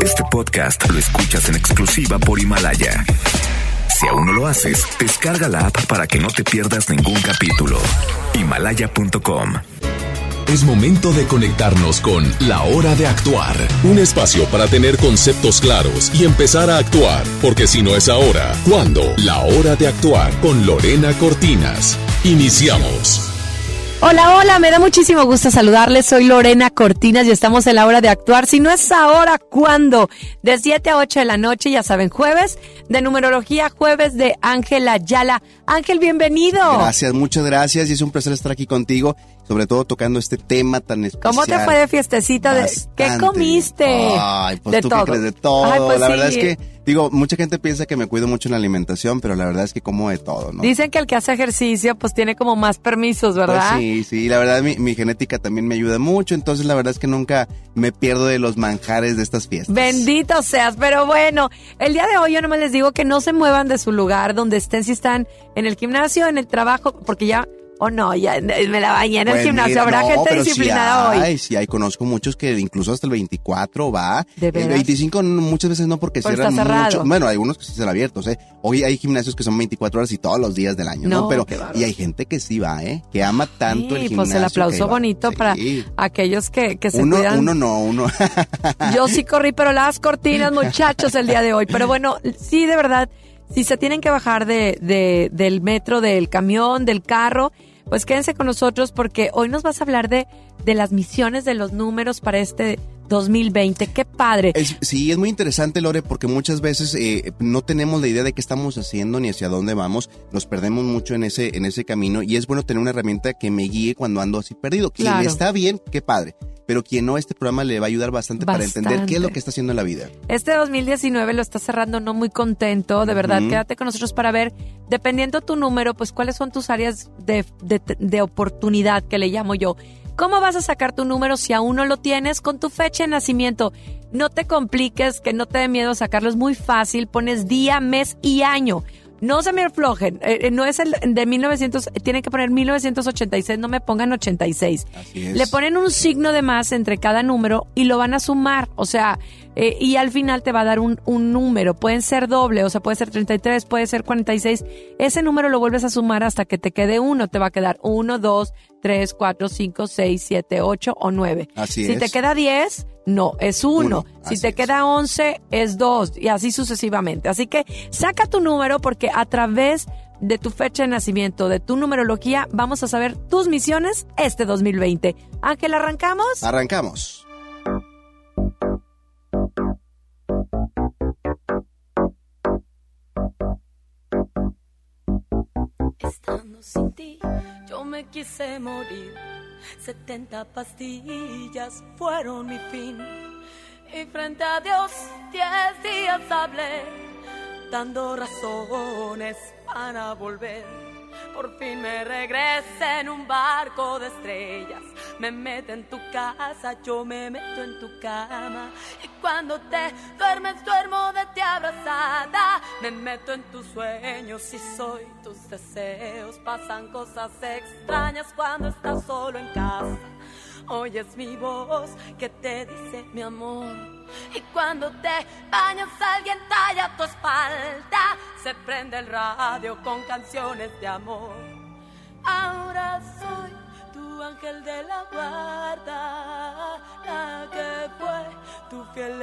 Este podcast lo escuchas en exclusiva por Himalaya. Si aún no lo haces, descarga la app para que no te pierdas ningún capítulo. Himalaya.com. Es momento de conectarnos con La Hora de Actuar. Un espacio para tener conceptos claros y empezar a actuar. Porque si no es ahora, ¿cuándo? La Hora de Actuar con Lorena Cortinas. Iniciamos. Hola, me da muchísimo gusto saludarles. Soy Lorena Cortinas y estamos en La Hora de Actuar. Si no es ahora, ¿cuándo? De 7 a 8 de la noche, ya saben, jueves de numerología, jueves de Ángel Ayala. Ángel, bienvenido. Gracias, muchas gracias y es un placer estar aquí contigo, sobre todo tocando este tema tan especial. ¿Cómo te fue de fiestecita? ¿Qué comiste? Ay, pues de tú todo. qué crees de todo. Ay, pues la sí. verdad es que, mucha gente piensa que me cuido mucho en la alimentación, pero la verdad es que como de todo, ¿no? Dicen que el que hace ejercicio pues tiene como más permisos, ¿verdad? Pues sí, la verdad mi genética también me ayuda mucho, entonces la verdad es que nunca me pierdo de los manjares de estas fiestas. Bendito seas, pero bueno, el día de hoy yo nomás les digo que no se muevan de su lugar donde estén, si están en el gimnasio, en el trabajo, porque ya... ya me la bañé en el gimnasio. Habrá gente disciplinada hoy. Sí, conozco muchos que incluso hasta el 24 va. ¿De veras? El 25 muchas veces no, porque cierran mucho. Bueno, hay unos que sí están abiertos, ¿eh? Hoy hay gimnasios que son 24 horas y todos los días del año, ¿no? Pero, y hay gente que sí va, que ama tanto el gimnasio. Pues el aplauso bonito para aquellos que se cuidan. Uno. Yo sí corrí, pero las cortinas, muchachos, el día de hoy. Pero bueno, sí, de verdad, si se tienen que bajar del metro, del camión, del carro, pues quédense con nosotros porque hoy nos vas a hablar de las misiones de los números para este 2020. ¡Qué padre! Sí, es muy interesante, Lore, porque muchas veces no tenemos la idea de qué estamos haciendo ni hacia dónde vamos. Nos perdemos mucho en ese camino y es bueno tener una herramienta que me guíe cuando ando así perdido. Quien está bien, qué padre. Pero quien no, este programa le va a ayudar bastante para entender qué es lo que está haciendo en la vida. Este 2019 lo está cerrando no muy contento, de verdad. Quédate con nosotros para ver, dependiendo tu número, pues cuáles son tus áreas de oportunidad, que le llamo yo. ¿Cómo vas a sacar tu número si aún no lo tienes? Con tu fecha de nacimiento. No te compliques, que no te dé miedo sacarlo. Es muy fácil. Pones día, mes y año. No se me aflojen. No es el de 1900. Tienen que poner 1986. No me pongan 86. Así es. Le ponen un signo de más entre cada número y lo van a sumar. O sea, y al final te va a dar un número. Pueden ser doble, o sea, puede ser 33, puede ser 46. Ese número lo vuelves a sumar hasta que te quede uno. Te va a quedar 1, 2, 3, 4, 5, 6, 7, 8 o 9. Así Si es. te queda 10, no, es 1. Si te queda 11, es 2 y así sucesivamente. Así que saca tu número porque a través de tu fecha de nacimiento, de tu numerología, vamos a saber tus misiones este 2020. Ángel, ¿arrancamos? Arrancamos. Estando sin ti, yo me quise morir. 70 pastillas fueron mi fin. Y frente a Dios 10 días hablé, dando razones para volver. Por fin me regresé en un barco de estrellas. Me meto en tu casa, yo me meto en tu cama. Y cuando te duermes, duermo de ti abrazada. Me meto en tus sueños y soy tus deseos. Pasan cosas extrañas cuando estás solo en casa. Oyes mi voz que te dice mi amor. Y cuando te bañas alguien talla tu espalda. Se prende el radio con canciones de amor. Ahora soy tu ángel de la guarda, la que fue tu fiel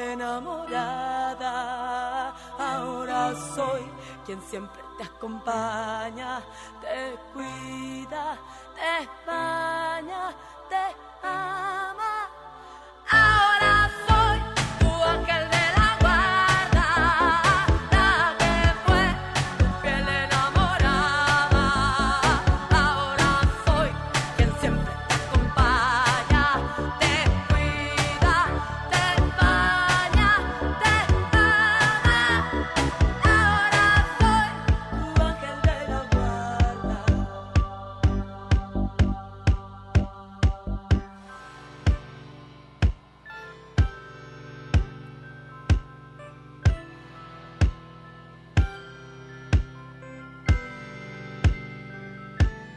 enamorada. Ahora soy quien siempre te acompaña, te cuida, te baña, te ama. Ahora soy tu ángel de la guarda, la que fue tu fiel enamorada. Ahora soy quien siempre te acompaña, te cuida, te baña, te ama. Ahora soy tu ángel de la guarda.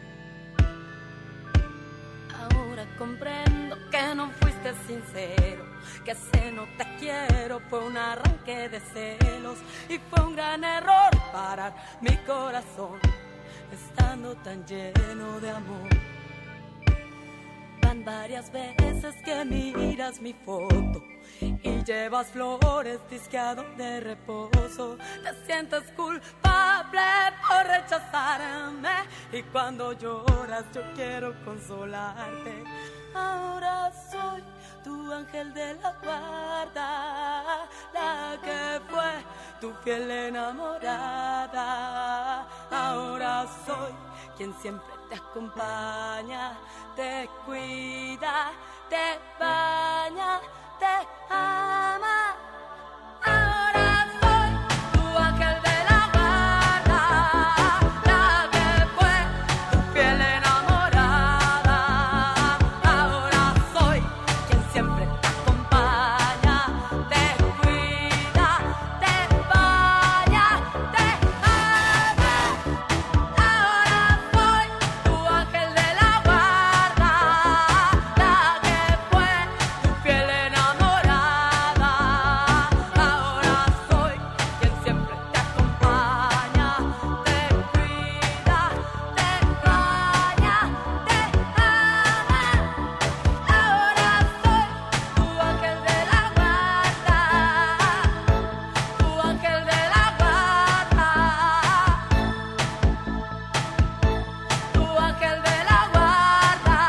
Ahora comprendo que no fuiste sincero que ese no te quiero fue un arranque de celos y fue un gran error parar mi corazón estando tan lleno de amor. Van varias veces que miras mi foto y llevas flores, disque a donde reposo. Te sientes culpable por rechazarme y cuando lloras yo quiero consolarte. Ahora soy tu ángel de la guarda, la que fue tu fiel enamorada. Ahora soy quien siempre te acompaña, te cuida, te baña, te ama. Ahora soy tu ángel de la guarda, la que fue tu fiel enamorada. Ahora soy quien siempre te acompaña, te cuida, te baña, te ama. Ahora soy tu ángel de la guarda, la que fue tu fiel enamorada. Ahora soy quien siempre te acompaña, te cuida, te baña, te ama. Ahora soy tu ángel de la guarda, tu ángel de la guarda, tu ángel de la guarda.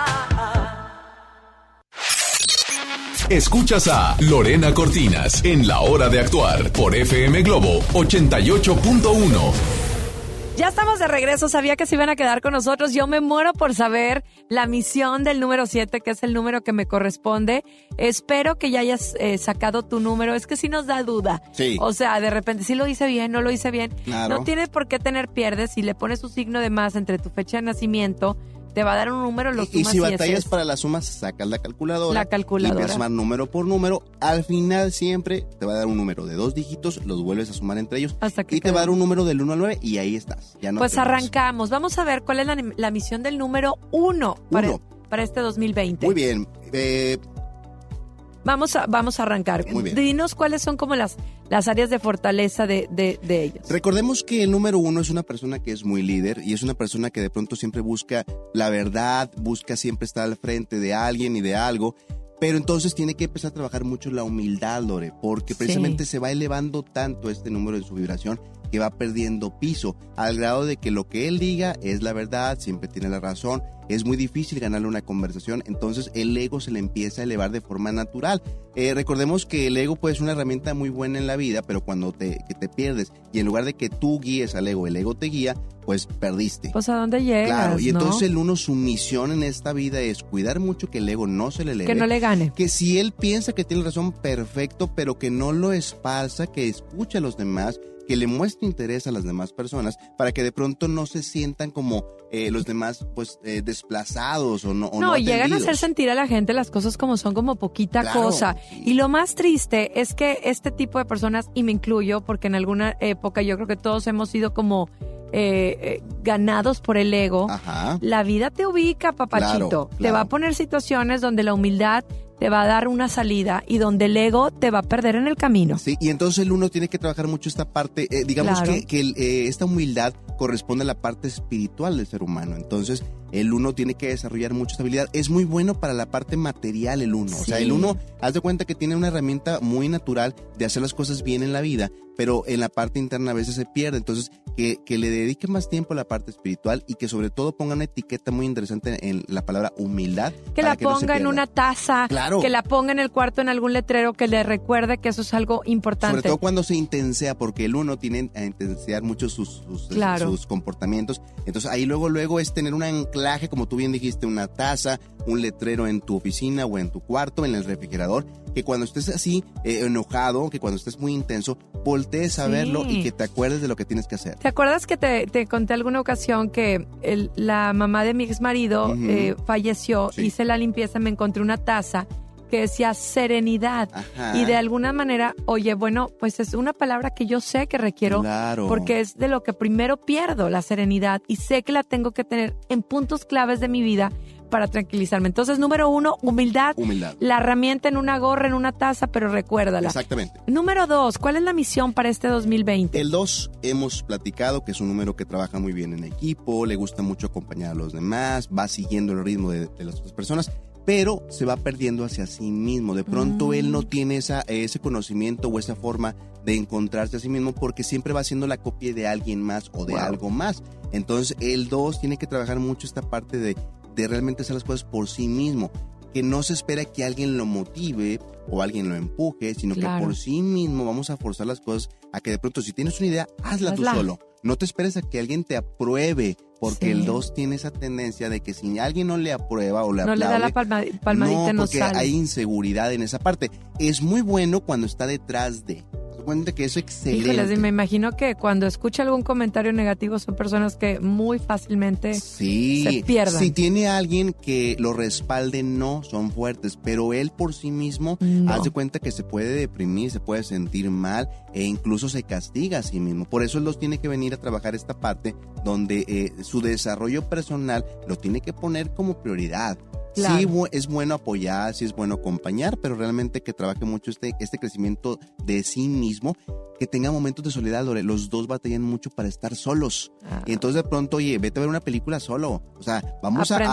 Escuchas a Lorena Cortinas en La Hora de Actuar por FM Globo 88.1. Ya estamos de regreso, sabía que se iban a quedar con nosotros. Yo me muero por saber la misión del número 7, que es el número que me corresponde. Espero que ya hayas sacado tu número. Es que sí nos da duda. Sí. O sea, de repente, ¿sí lo hice bien? ¿No lo hice bien? Claro. No tienes por qué tener pierdes. Si le pones un signo de más entre tu fecha de nacimiento, te va a dar un número, lo Y sumas si y batallas ese es. para las sumas, sacas la calculadora. La calculadora. Y empiezas a sumar número por número. Al final siempre te va a dar un número de 2 dígitos, los vuelves a sumar entre ellos. Hasta que y te va a dar quede. un número del 1 al 9 y ahí estás. Ya no Pues te mueves. arrancamos. Vamos a ver cuál es la misión del número 1 para este 2020. Muy bien. Vamos a arrancar. Muy bien. Dinos cuáles son como las áreas de fortaleza de ellos. Recordemos que el número 1 es una persona que es muy líder y es una persona que de pronto siempre busca la verdad, busca siempre estar al frente de alguien y de algo. Pero entonces tiene que empezar a trabajar mucho la humildad, Lore, porque precisamente se va elevando tanto este número de su vibración que va perdiendo piso, al grado de que lo que él diga es la verdad, siempre tiene la razón. Es muy difícil ganarle una conversación, entonces el ego se le empieza a elevar de forma natural. Recordemos que el ego puede ser una herramienta muy buena en la vida, pero cuando te pierdes y en lugar de que tú guíes al ego, el ego te guía, pues perdiste. Pues a dónde llegas, Claro, y ¿no? entonces el uno, su misión en esta vida es cuidar mucho que el ego no se le eleve. Que no le gane. Que si él piensa que tiene razón, perfecto, pero que no lo esparza, que escuche a los demás, que le muestre interés a las demás personas para que de pronto no se sientan como los demás pues desplazados o no No, llegan a atendidos. hacer sentir a la gente las cosas como son, como poquita Claro. cosa. Y lo más triste es que este tipo de personas, y me incluyo, porque en alguna época yo creo que todos hemos sido como ganados por el ego. Ajá. La vida te ubica, papachito. Claro, Te va a poner situaciones donde la humildad te va a dar una salida y donde el ego te va a perder en el camino. Sí, y entonces el uno tiene que trabajar mucho esta parte, digamos Claro. que esta humildad corresponde a la parte espiritual del ser humano. Entonces el uno tiene que desarrollar mucha estabilidad. Es muy bueno para la parte material el uno. O sea, Sí. el uno, haz de cuenta que tiene una herramienta muy natural de hacer las cosas bien en la vida, pero en la parte interna a veces se pierde. Entonces, que le dedique más tiempo a la parte espiritual y que sobre todo ponga una etiqueta muy interesante en la palabra humildad. Que para la no se ponga en pierda. una taza, Claro. que la ponga en el cuarto en algún letrero que le recuerde que eso es algo importante. Sobre todo cuando se intensea, porque el uno tiene a intensear mucho sus comportamientos. Entonces ahí luego es tener un anclaje, como tú bien dijiste, una taza, un letrero en tu oficina o en tu cuarto, en el refrigerador, que cuando estés así enojado, que cuando estés muy intenso, voltees a Sí. verlo y que te acuerdes de lo que tienes que hacer. ¿Te acuerdas que te conté alguna ocasión que la mamá de mi ex marido falleció? Sí. Hice la limpieza, me encontré una taza que decía serenidad. Ajá. Y de alguna manera, oye, bueno, pues es una palabra que yo sé que requiero Claro. porque es de lo que primero pierdo, la serenidad, y sé que la tengo que tener en puntos claves de mi vida para tranquilizarme. Entonces, número 1, humildad. La herramienta en una gorra, en una taza, pero recuérdala. Exactamente. Número 2, ¿cuál es la misión para este 2020? El 2, hemos platicado que es un número que trabaja muy bien en equipo, le gusta mucho acompañar a los demás, va siguiendo el ritmo de las otras personas, pero se va perdiendo hacia sí mismo. De pronto él no tiene ese conocimiento o esa forma de encontrarse a sí mismo porque siempre va haciendo la copia de alguien más o de algo más. Entonces el 2 tiene que trabajar mucho esta parte de realmente hacer las cosas por sí mismo, que no se espera que alguien lo motive o alguien lo empuje, sino que por sí mismo vamos a forzar las cosas a que de pronto si tienes una idea, hazla tú solo. No te esperes a que alguien te apruebe, porque el 2 tiene esa tendencia de que si alguien no le aprueba o le aplaude, le da la palmadita, no porque sale. hay inseguridad en esa parte. Es muy bueno cuando está detrás de. Cuenta que es excelente. Híjoles, me imagino que cuando escucha algún comentario negativo son personas que muy fácilmente se pierdan. Si tiene alguien que lo respalde, no, son fuertes, pero él por sí mismo hace cuenta que se puede deprimir, se puede sentir mal e incluso se castiga a sí mismo. Por eso él los tiene que venir a trabajar esta parte donde su desarrollo personal lo tiene que poner como prioridad. Claro. Sí, es bueno apoyar, sí es bueno acompañar, pero realmente que trabaje mucho este crecimiento de sí mismo, que tenga momentos de soledad. Los 2 batallan mucho para estar solos. Y entonces de pronto, oye, vete a ver una película solo. O sea, vamos a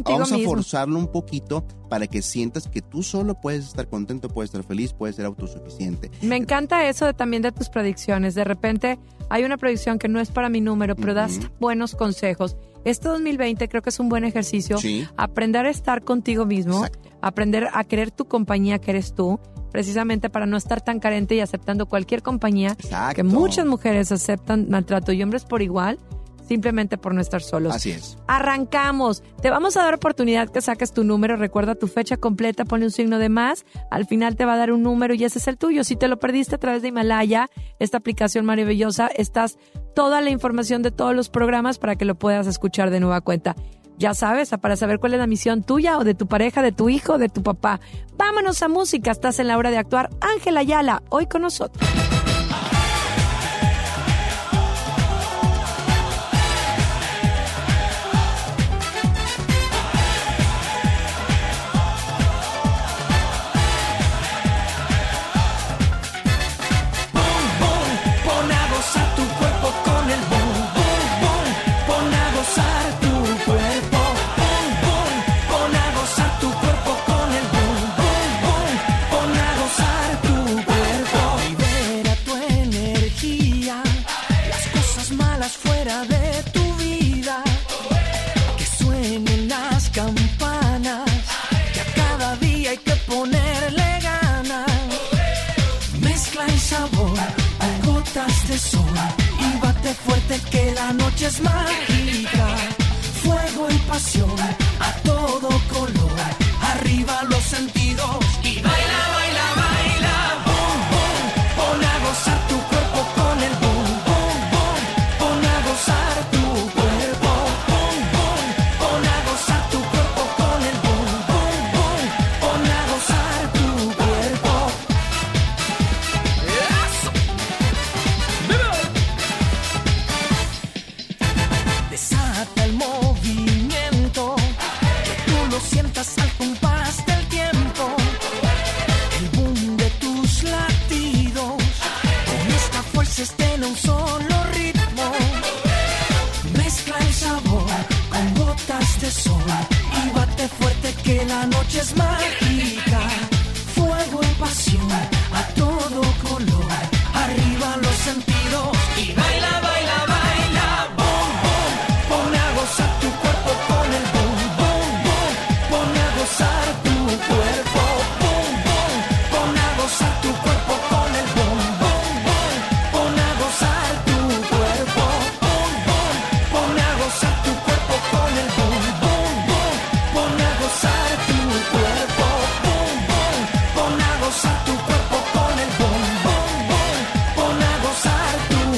forzarlo un poquito para que sientas que tú solo puedes estar contento, puedes estar feliz, puedes ser autosuficiente. Me encanta eso también de tus predicciones. De repente hay una predicción que no es para mi número, pero das buenos consejos. Este 2020 creo que es un buen ejercicio. Aprender a estar contigo mismo, aprender a querer tu compañía que eres tú, precisamente para no estar tan carente y aceptando cualquier compañía. Que muchas mujeres aceptan maltrato y hombres por igual, simplemente por no estar solos. Así es. Arrancamos. Te vamos a dar oportunidad que saques tu número. Recuerda tu fecha completa, ponle un signo de más. Al final te va a dar un número y ese es el tuyo. Si te lo perdiste a través de Himalaya, esta aplicación maravillosa, estás toda la información de todos los programas para que lo puedas escuchar de nueva cuenta. Ya sabes, para saber cuál es la misión tuya o de tu pareja, de tu hijo, de tu papá. Vámonos a música. Estás en la hora de actuar. Ángela Ayala, hoy con nosotros. Y bate fuerte que la noche es mágica. Fuego y pasión a todo color. Arriba los sentidos y baila, baila, baila. Boom, boom, pon a gozar tu cuerpo con el boom, boom, boom. Pon a gozar tu cuerpo, boom, boom. Pon a gozar tu cuerpo con el boom, boom, boom. Pon a gozar tu cuerpo. Eso. Desata el movimiento, que tú lo sientas al compás del tiempo. El boom de tus latidos, con esta fuerza estén a un solo ritmo. Mezcla el sabor con gotas de sol y bate fuerte que la noche es mágica. Fuego y pasión a todo color. Arriba los sentidos y baila, baila, baila. Boom, boom, pon a gozar tu cuerpo con el boom, boom, boom. Pon a gozar tu cuerpo, boom, boom. Pon a gozar tu cuerpo con el boom, boom, boom. Pon a gozar tu cuerpo, boom, boom. Pon a gozar tu cuerpo con el boom, boom, boom. Pon a gozar tu cuerpo, boom, boom. Pon a gozar tu cuerpo con el boom, boom, boom. Pon a gozar tu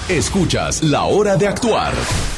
Escuchas La Hora de Actuar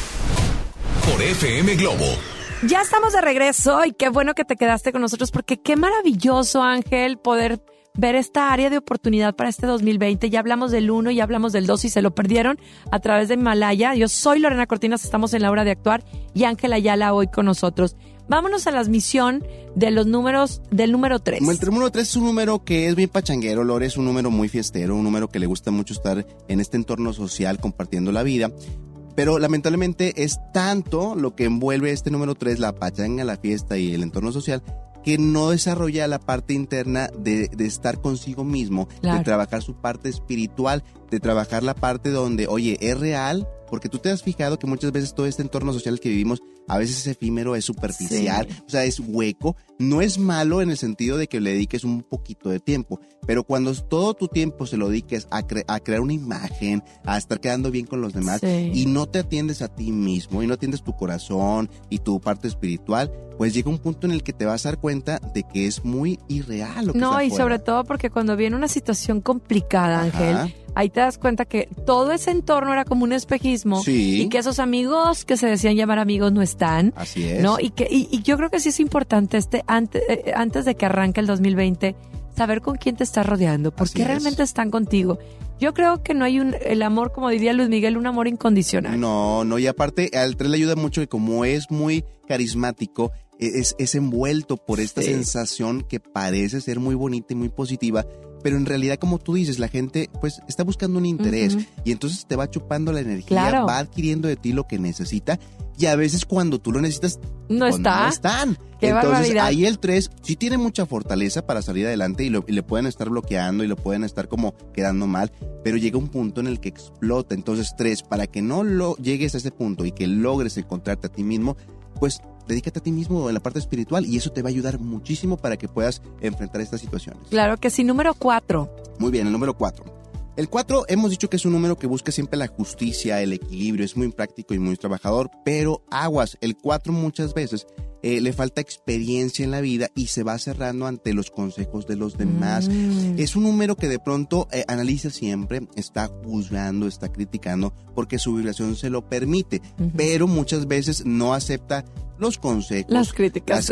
por FM Globo. Ya estamos de regreso y qué bueno que te quedaste con nosotros porque qué maravilloso, Ángel, poder ver esta área de oportunidad para este 2020. Ya hablamos del 1, ya hablamos del 2 y se lo perdieron a través de Himalaya. Yo soy Lorena Cortinas, estamos en La Hora de Actuar y Ángel Ayala hoy con nosotros. Vámonos a la admisión de los números del número 3. El número 3 es un número que es bien pachanguero, Lore, es un número muy fiestero, un número que le gusta mucho estar en este entorno social compartiendo la vida. Pero lamentablemente es tanto lo que envuelve este número 3, la pachanga, la fiesta y el entorno social, que no desarrolla la parte interna de estar consigo mismo, claro, de trabajar su parte espiritual, de trabajar la parte donde, oye, es real, porque tú te has fijado que muchas veces todo este entorno social que vivimos a veces es efímero, es superficial, sí, o sea, es hueco. No es malo en el sentido de que le dediques un poquito de tiempo, pero cuando todo tu tiempo se lo dediques a crear una imagen, a estar quedando bien con los demás, sí, y no te atiendes a ti mismo y no atiendes tu corazón y tu parte espiritual, pues llega un punto en el que te vas a dar cuenta de que es muy irreal lo que está No, y afuera. sobre todo porque cuando viene una situación complicada, Ángel, ajá, ahí te das cuenta que todo ese entorno era como un espejismo, sí, y que esos amigos que se decían llamar amigos no están. Así es. ¿No? Y yo creo que sí es importante antes de que arranque el 2020, saber con quién te estás rodeando, por qué realmente están contigo. Yo creo que no hay el amor, como diría Luis Miguel, un amor incondicional. No, y aparte al 3 le ayuda mucho que como es muy carismático, es envuelto por esta sensación que parece ser muy bonita y muy positiva, pero en realidad, como tú dices, la gente pues está buscando un interés, y entonces te va chupando la energía, claro, va adquiriendo de ti lo que necesita, y a veces cuando tú lo necesitas, no están. Qué entonces barbaridad. Ahí el 3 sí tiene mucha fortaleza para salir adelante y le pueden estar bloqueando y lo pueden estar como quedando mal, pero llega un punto en el que explota. Entonces 3, para que no llegues a ese punto y que logres encontrarte a ti mismo, pues dedícate a ti mismo en la parte espiritual y eso te va a ayudar muchísimo para que puedas enfrentar estas situaciones. Claro que sí. Número 4. Muy bien, el número 4. El 4 hemos dicho que es un número que busca siempre la justicia, el equilibrio, es muy práctico y muy trabajador, pero aguas, el 4 muchas veces le falta experiencia en la vida y se va cerrando ante los consejos de los demás. Es un número que de pronto analiza siempre, está juzgando, está criticando, porque su vibración se lo permite, pero muchas veces no acepta los consejos, las críticas,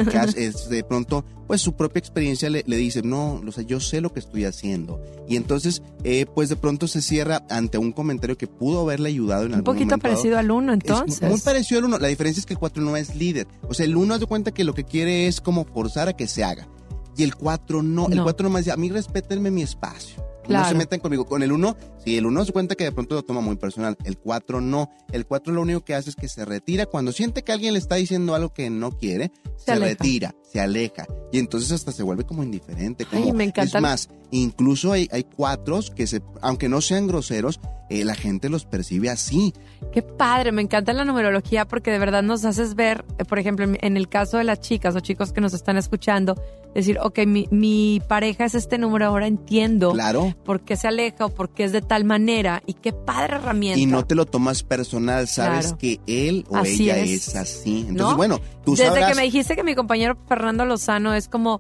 es de pronto, pues su propia experiencia le dice, no, o sea, yo sé lo que estoy haciendo, y entonces, pues de pronto se cierra ante un comentario que pudo haberle ayudado en algún momento. Un poquito parecido al 1, entonces. Es muy parecido al 1, la diferencia es que el 4 no es líder, o sea, el 1 hace cuenta que lo que quiere es como forzar a que se haga, y el 4 no, el 4 nomás dice, a mí respétenme mi espacio. Claro. No se metan conmigo. Con el 1, sí, el 1 se cuenta que de pronto lo toma muy personal. El 4 no. El 4 lo único que hace es que se retira. Cuando siente que alguien le está diciendo algo que no quiere, se retira, se aleja. Y entonces hasta se vuelve como indiferente. Como, ay, me encanta. Es más, incluso hay 4s que aunque no sean groseros, la gente los percibe así. Qué padre, me encanta la numerología porque de verdad nos haces ver, por ejemplo, en el caso de las chicas o chicos que nos están escuchando, decir, ok, mi pareja es este número, ahora entiendo, claro, por qué se aleja o por qué es de tal manera, y qué padre herramienta. Y no te lo tomas personal, sabes, claro, que él o así ella es así. Entonces, ¿no? Bueno, tú desde sabrás. Que me dijiste que mi compañero Fernando Lozano es como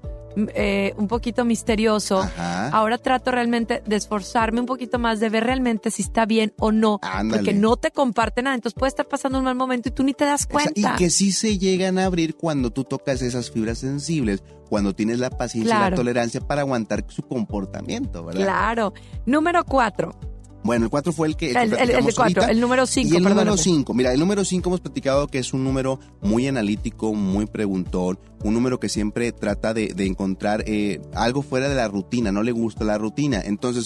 un poquito misterioso, ajá, ahora trato realmente de esforzarme un poquito más, de ver realmente si está bien o no. Ándale. Porque no te comparte nada, entonces puede estar pasando un mal momento y tú ni te das cuenta. Y que sí se llegan a abrir cuando tú tocas esas fibras sensibles, cuando tienes la paciencia, claro, y la tolerancia para aguantar su comportamiento, ¿verdad? Claro. Número 4. Bueno, el 4 fue el de 4, el número 5, y el número 5, mira, el número 5 hemos platicado que es un número muy analítico, muy preguntón, un número que siempre trata de encontrar algo fuera de la rutina, no le gusta la rutina. Entonces,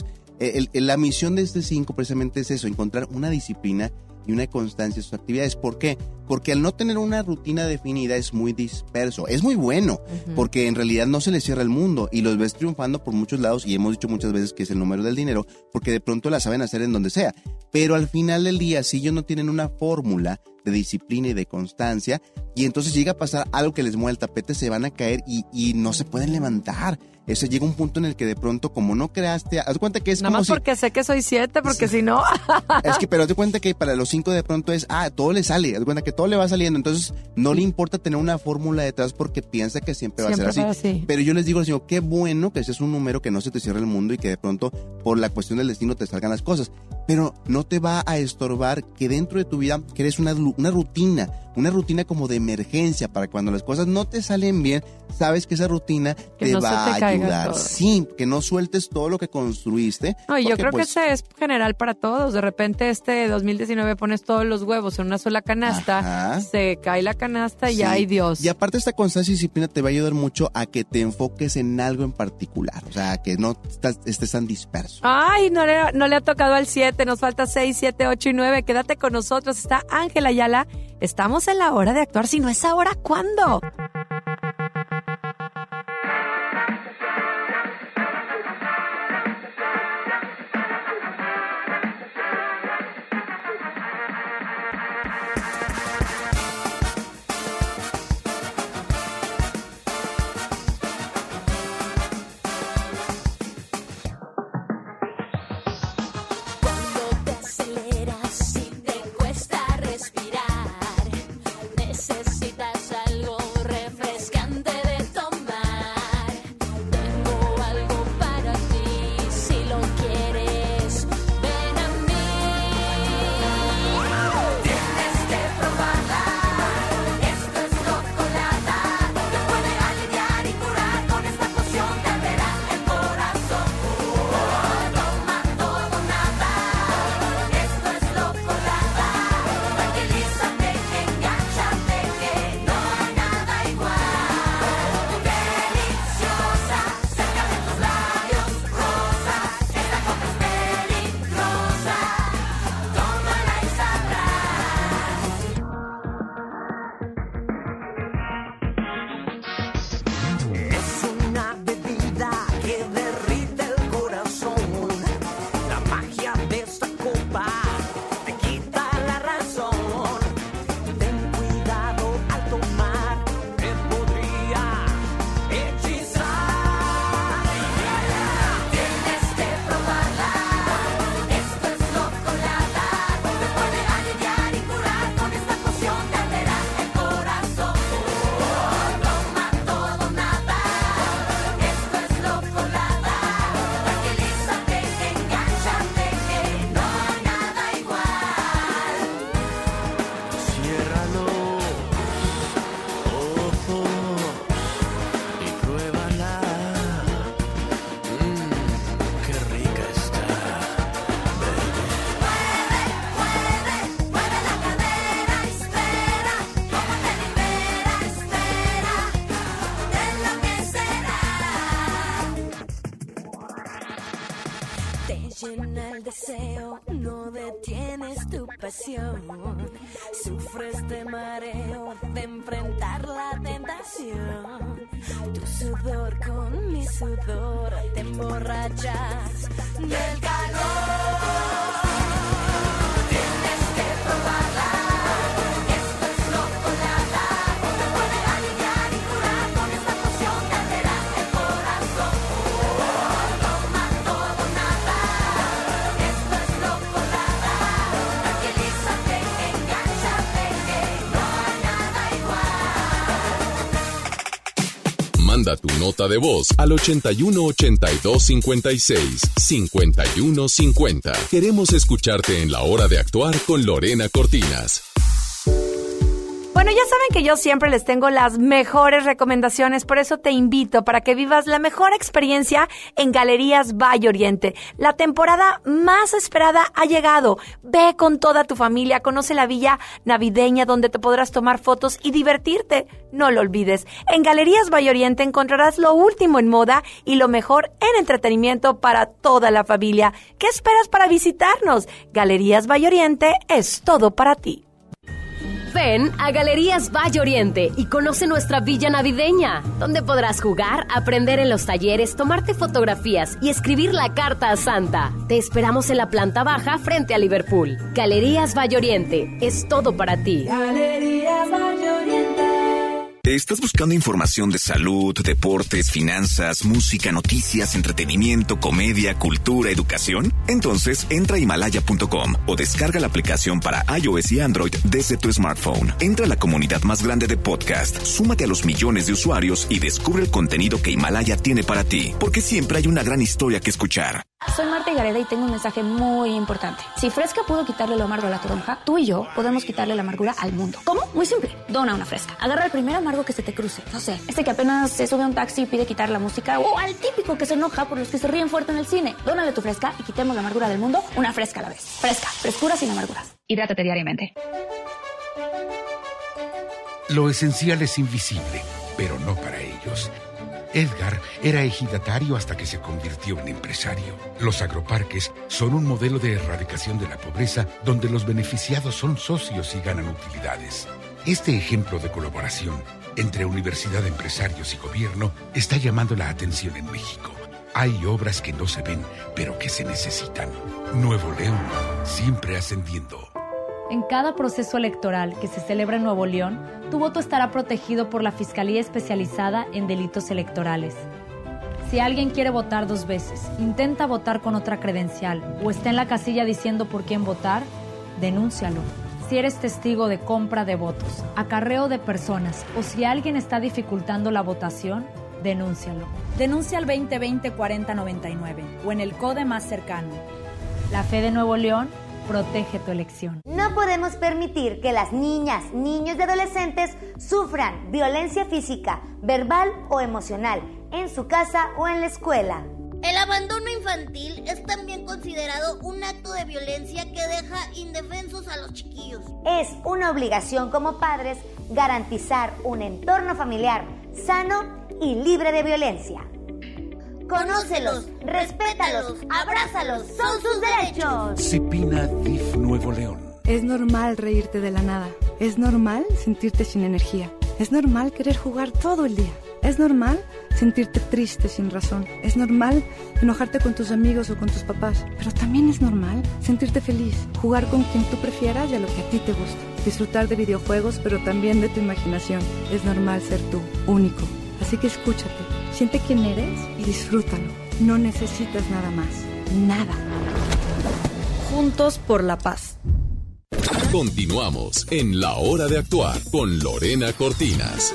la misión de este 5 precisamente es eso, encontrar una disciplina y una constancia en sus actividades. ¿Por qué? Porque al no tener una rutina definida es muy disperso. Es muy bueno, porque en realidad no se le cierra el mundo y los ves triunfando por muchos lados, y hemos dicho muchas veces que es el número del dinero, porque de pronto la saben hacer en donde sea. Pero al final del día, si ellos no tienen una fórmula de disciplina y de constancia, y entonces llega a pasar algo que les mueve el tapete, se van a caer y no se pueden levantar. Eso llega un punto en el que de pronto, como no creaste, haz cuenta que es nada como más porque sé que soy 7, porque si no... Es que, pero haz cuenta que para los 5 de pronto es, todo le sale, haz cuenta que todo le va saliendo, entonces no le importa tener una fórmula detrás porque piensa que siempre va a ser así. Pero yo les digo, Señor, qué bueno que ese es un número, que no se te cierre el mundo y que de pronto por la cuestión del destino te salgan las cosas. pero no te va a estorbar que dentro de tu vida crees una rutina como de emergencia para cuando las cosas no te salen bien, sabes que esa rutina te va a ayudar. Sí, que no sueltes todo lo que construiste. No, yo creo que ese es general para todos. De repente 2019 pones todos los huevos en una sola canasta, se cae la canasta y ¡ay Dios! Y aparte esta constancia y disciplina te va a ayudar mucho a que te enfoques en algo en particular, o sea, que no estés tan disperso. Ay, no le ha tocado al 7, nos falta 6, 7, 8 y 9. Quédate con nosotros, está Ángela Ayala. Estamos en la hora de actuar. Si no es ahora, ¿cuándo? Sufres de mareo, de enfrentar la tentación. Tu sudor con mi sudor, te emborrachas del calor. Tienes que probarla, esto es locolada. Te puede aliviar y curar con esta poción que altera el corazón. Toma todo o nada, esto es locolada. Tranquilízate, engánchate, que no hay nada igual. Manda tu nota de voz al 81 82 56 51 50. Queremos escucharte en La Hora de Actuar con Lorena Cortinas. Bueno, ya saben que yo siempre les tengo las mejores recomendaciones, por eso te invito para que vivas la mejor experiencia en Galerías Valle Oriente. La temporada más esperada ha llegado. Ve con toda tu familia, conoce la villa navideña donde te podrás tomar fotos y divertirte. No lo olvides. En Galerías Valle Oriente encontrarás lo último en moda y lo mejor en entretenimiento para toda la familia. ¿Qué esperas para visitarnos? Galerías Valle Oriente es todo para ti. Ven a Galerías Valle Oriente y conoce nuestra villa navideña, donde podrás jugar, aprender en los talleres, tomarte fotografías y escribir la carta a Santa. Te esperamos en la planta baja frente a Liverpool. Galerías Valle Oriente, es todo para ti. Galerías Valle Oriente. ¿Estás buscando información de salud, deportes, finanzas, música, noticias, entretenimiento, comedia, cultura, educación? Entonces entra a Himalaya.com o descarga la aplicación para iOS y Android desde tu smartphone. Entra a la comunidad más grande de podcast, súmate a los millones de usuarios y descubre el contenido que Himalaya tiene para ti, porque siempre hay una gran historia que escuchar. Soy Marta Gareda y tengo un mensaje muy importante. Si Fresca pudo quitarle lo amargo a la toronja, tú y yo podemos quitarle la amargura al mundo. ¿Cómo? Muy simple. Dona una Fresca. Agarra el primer amargo que se te cruce. No sé, que apenas se sube a un taxi y pide quitar la música, o al típico que se enoja por los que se ríen fuerte en el cine. Dónale tu Fresca y quitemos la amargura del mundo una Fresca a la vez. Fresca. Frescura sin amarguras. Hidrátate diariamente. Lo esencial es invisible, pero no para ellos. Edgar era ejidatario hasta que se convirtió en empresario. Los agroparques son un modelo de erradicación de la pobreza donde los beneficiados son socios y ganan utilidades. Este ejemplo de colaboración entre universidad, empresarios y gobierno está llamando la atención en México. Hay obras que no se ven, pero que se necesitan. Nuevo León, siempre ascendiendo. En cada proceso electoral que se celebra en Nuevo León, tu voto estará protegido por la Fiscalía Especializada en Delitos Electorales. Si alguien quiere votar 2 veces, intenta votar con otra credencial o está en la casilla diciendo por quién votar, denúncialo. Si eres testigo de compra de votos, acarreo de personas o si alguien está dificultando la votación, denúncialo. Denuncia al 2020-4099 o en el CODE más cercano. La Fe de Nuevo León protege tu elección. No podemos permitir que las niñas, niños y adolescentes sufran violencia física, verbal o emocional en su casa o en la escuela. El abandono infantil es también considerado un acto de violencia que deja indefensos a los chiquillos. Es una obligación como padres garantizar un entorno familiar sano y libre de violencia. Conócelos, respétalos, abrázalos, son sus derechos. Cepina DIF Nuevo León. Es normal reírte de la nada. Es normal sentirte sin energía. Es normal querer jugar todo el día. Es normal sentirte triste sin razón. Es normal enojarte con tus amigos o con tus papás. Pero también es normal sentirte feliz, jugar con quien tú prefieras y a lo que a ti te gusta. Disfrutar de videojuegos, pero también de tu imaginación. Es normal ser tú, único. Así que escúchate, siente quién eres y disfrútalo. No necesitas nada más. Nada. Juntos por la paz. Continuamos en La Hora de Actuar con Lorena Cortinas.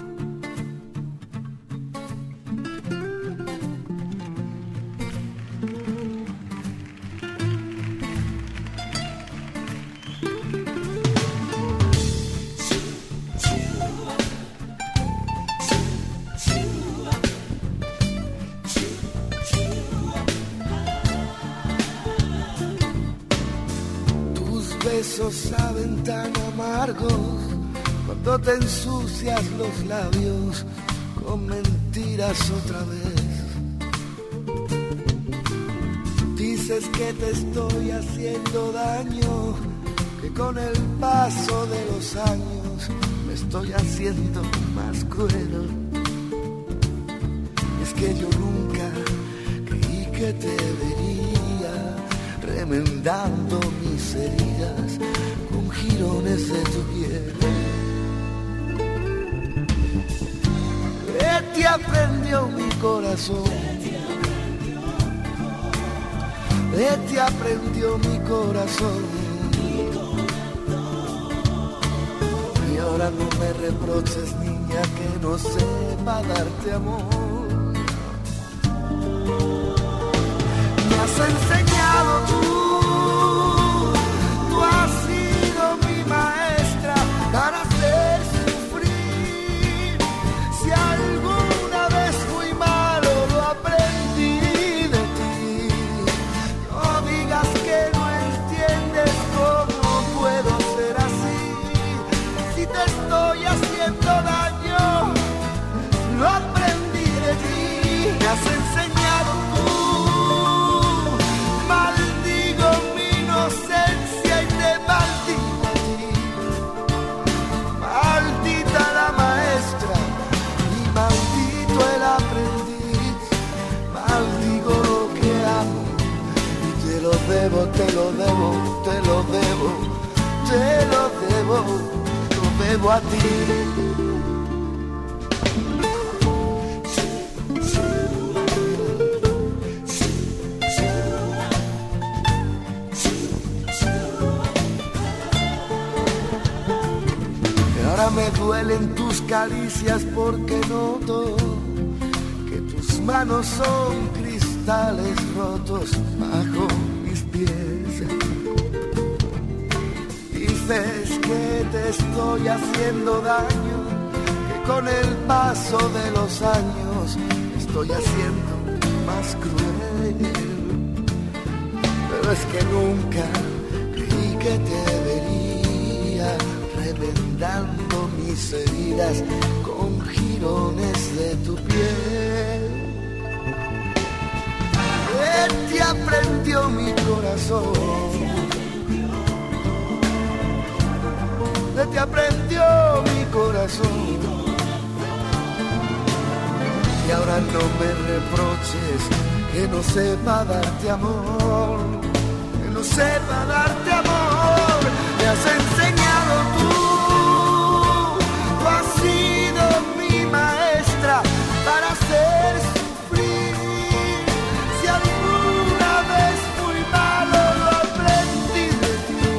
Saben tan amargos cuando te ensucias los labios con mentiras otra vez. Dices que te estoy haciendo daño, que con el paso de los años me estoy haciendo más cruel. Es que yo nunca creí que te vería remendando mis heridas con jirones de tu piel. Te aprendió mi corazón, te aprendió mi corazón. Y ahora no me reproches, niña, que no sepa darte amor. Me has enseñado tú has sido mi maestra para hacer sufrir. Si alguna vez fui malo, lo aprendí de ti. No digas que no entiendes cómo puedo ser así. Si te estoy haciendo daño, lo aprendí de ti. Me has enseñado tú. Maldigo mi inocencia y te maldigo a ti. Maldita la maestra y maldito el aprendiz. Maldigo lo que amo y te lo debo, te lo debo, te lo debo, te lo debo, lo debo a ti. Ahora me duelen tus caricias porque noto que tus manos son cristal. cristales rotos bajo mis pies. Dices que te estoy haciendo daño, que con el paso de los años estoy haciendo más cruel. Pero es que nunca creí que te vería remendando mis heridas con jirones de tu piel. Te aprendió mi corazón, te aprendió mi corazón. Y ahora no me reproches que no sepa darte amor, que no sepa darte amor. Me has enseñado tú, tú has sido mi maestra para hacer sufrir. Si alguna vez fui malo, lo aprendí de ti.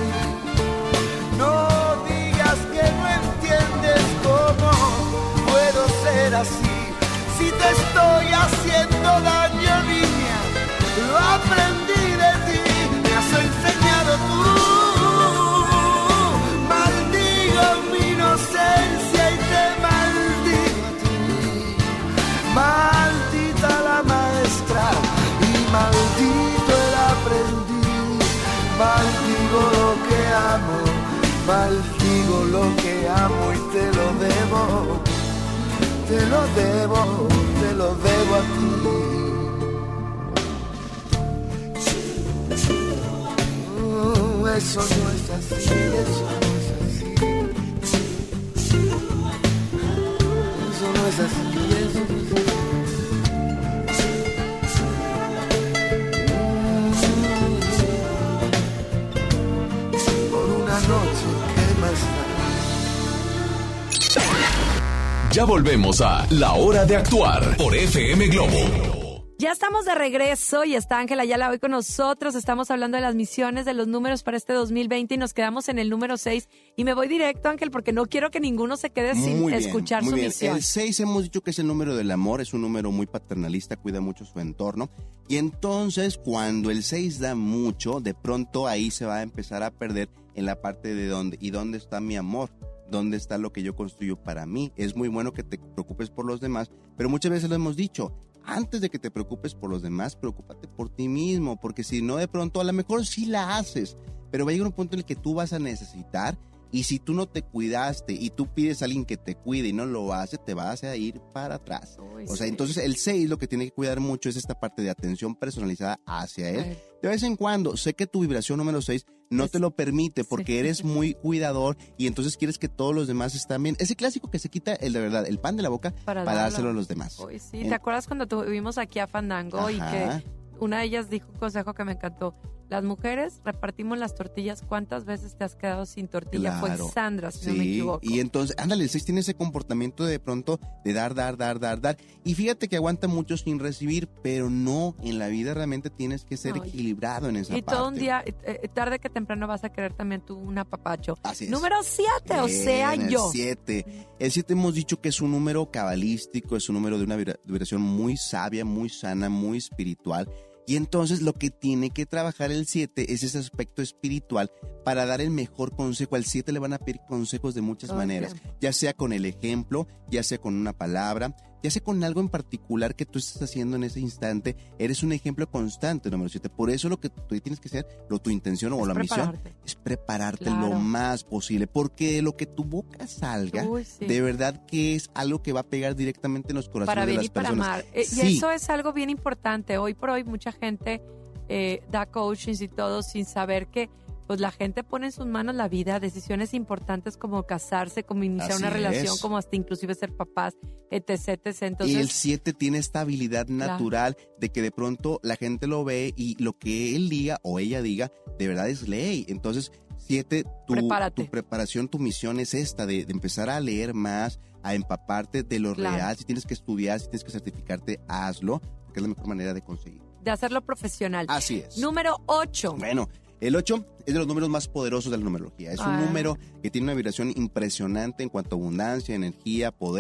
No digas que no entiendes cómo puedo ser así. Si te estoy haciendo daño, niña, lo aprendí de ti, me has enseñado tú. Maldigo mi inocencia y te maldigo a ti. Maldita la maestra y maldito el aprendiz. Maldigo lo que amo, maldigo lo que amo y te lo debo. Te lo debo a ti. Eso no es así, eso no es así. Eso no es así, eso no es así. Por una noche, ¿qué más da? Ya volvemos a La Hora de Actuar por FM Globo. Ya estamos de regreso y está Ángela Ayala hoy con nosotros. Estamos hablando de las misiones, de los números para este 2020 y nos quedamos en el número 6. Y me voy directo, Ángel, porque no quiero que ninguno se quede sin escuchar su misión. El 6 hemos dicho que es el número del amor, es un número muy paternalista, cuida mucho su entorno. Y entonces, cuando el 6 da mucho, de pronto ahí se va a empezar a perder en la parte de dónde está mi amor. ¿Dónde está lo que yo construyo para mí? Es muy bueno que te preocupes por los demás, pero muchas veces lo hemos dicho, antes de que te preocupes por los demás, preocúpate por ti mismo, porque si no, de pronto a lo mejor sí la haces, pero va a llegar un punto en el que tú vas a necesitar, y si tú no te cuidaste y tú pides a alguien que te cuide y no lo hace, te vas a ir para atrás. O sea, entonces el 6 lo que tiene que cuidar mucho es esta parte de atención personalizada hacia él. De vez en cuando, sé que tu vibración número 6 no te lo permite porque eres muy cuidador y entonces quieres que todos los demás estén bien. Ese clásico que se quita, de verdad, el pan de la boca para dárselo a los demás. Sí, ¿te acuerdas cuando tuvimos aquí a Fandango y que una de ellas dijo un consejo que me encantó? Las mujeres repartimos las tortillas. ¿Cuántas veces te has quedado sin tortilla? Claro. Fue Sandra, si no me equivoco. Y entonces, ándale, el 6 tiene ese comportamiento de pronto de dar. Y fíjate que aguanta mucho sin recibir, pero no, en la vida realmente tienes que ser equilibrado en esa parte. Y todo un día, tarde que temprano vas a querer también tú un apapacho. Así es. Número 7, o sea, yo. El 7 hemos dicho que es un número cabalístico, es un número de una vibración muy sabia, muy sana, muy espiritual. Y entonces lo que tiene que trabajar el 7 es ese aspecto espiritual para dar el mejor consejo. Al 7 le van a pedir consejos de muchas maneras, ya sea con el ejemplo, ya sea con una palabra, ya sea con algo en particular que tú estás haciendo en ese instante. Eres un ejemplo constante, número 7. Por eso lo que tú tienes que hacer, tu intención o la misión, es prepararte lo más posible. Porque lo que tu boca salga, de verdad que es algo que va a pegar directamente en los corazones de las personas. Para bien y para amar. Y eso es algo bien importante. Hoy por hoy mucha gente da coachings y todo sin saber que pues la gente pone en sus manos la vida, decisiones importantes como casarse, como iniciar una relación, como hasta inclusive ser papás, etc. Entonces, y el 7 tiene esta habilidad natural de que de pronto la gente lo ve y lo que él diga o ella diga, de verdad es ley. Entonces, 7, tu preparación, tu misión es esta, de empezar a leer más, a empaparte de lo real. Si tienes que estudiar, si tienes que certificarte, hazlo, porque es la mejor manera de conseguir. De hacerlo profesional. Así es. Número 8. Bueno, el 8 es de los números más poderosos de la numerología. Es un número que tiene una vibración impresionante en cuanto a abundancia, energía, poder.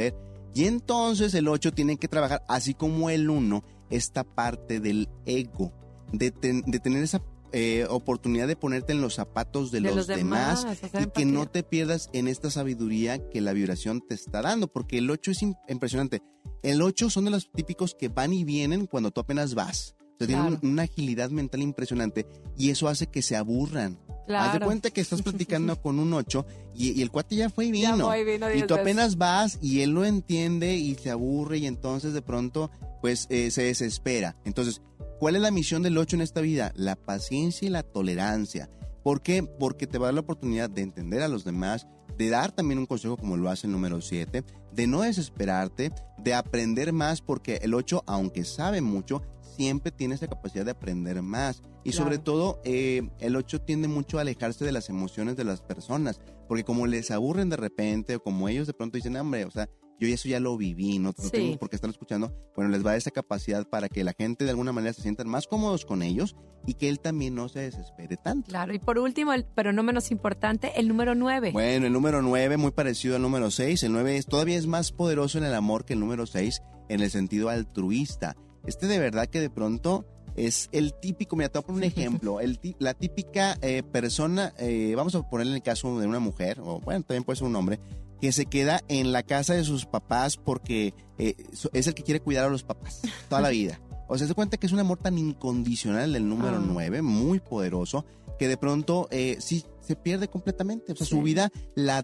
Y entonces el 8 tiene que trabajar, así como el 1, esta parte del ego, de tener esa oportunidad de ponerte en los zapatos de los demás y que no te pierdas en esta sabiduría que la vibración te está dando, porque el 8 es impresionante. El 8 son de los típicos que van y vienen cuando tú apenas vas. O sea, tienen una agilidad mental impresionante y eso hace que se aburran. Haz de cuenta que estás platicando con un 8 y el cuate ya fue y vino. Y tú apenas vas y él lo entiende y se aburre y entonces de pronto pues se desespera. Entonces, ¿cuál es la misión del 8 en esta vida? La paciencia y la tolerancia. ¿Por qué? Porque te va a dar la oportunidad de entender a los demás, de dar también un consejo como lo hace el número 7, de no desesperarte, de aprender más, porque el 8, aunque sabe mucho, siempre tiene esa capacidad de aprender más. Y sobre todo, el 8 tiende mucho a alejarse de las emociones de las personas, porque como les aburren de repente, o como ellos de pronto dicen, hombre, o sea, yo eso ya lo viví, no tengo por qué estar escuchando. Bueno, les va a dar esa capacidad para que la gente de alguna manera se sientan más cómodos con ellos y que él también no se desespere tanto. Claro, y por último, pero no menos importante, el número 9. Bueno, el número 9, muy parecido al número 6. El 9 todavía es más poderoso en el amor que el número 6 en el sentido altruista. De verdad que de pronto es el típico, mira, te voy a poner un ejemplo, la típica persona, vamos a ponerle el caso de una mujer, o bueno, también puede ser un hombre, que se queda en la casa de sus papás porque es el que quiere cuidar a los papás toda la vida. O sea, se da cuenta que es un amor tan incondicional del número 9, muy poderoso, que de pronto sí se pierde completamente. O sea, su vida la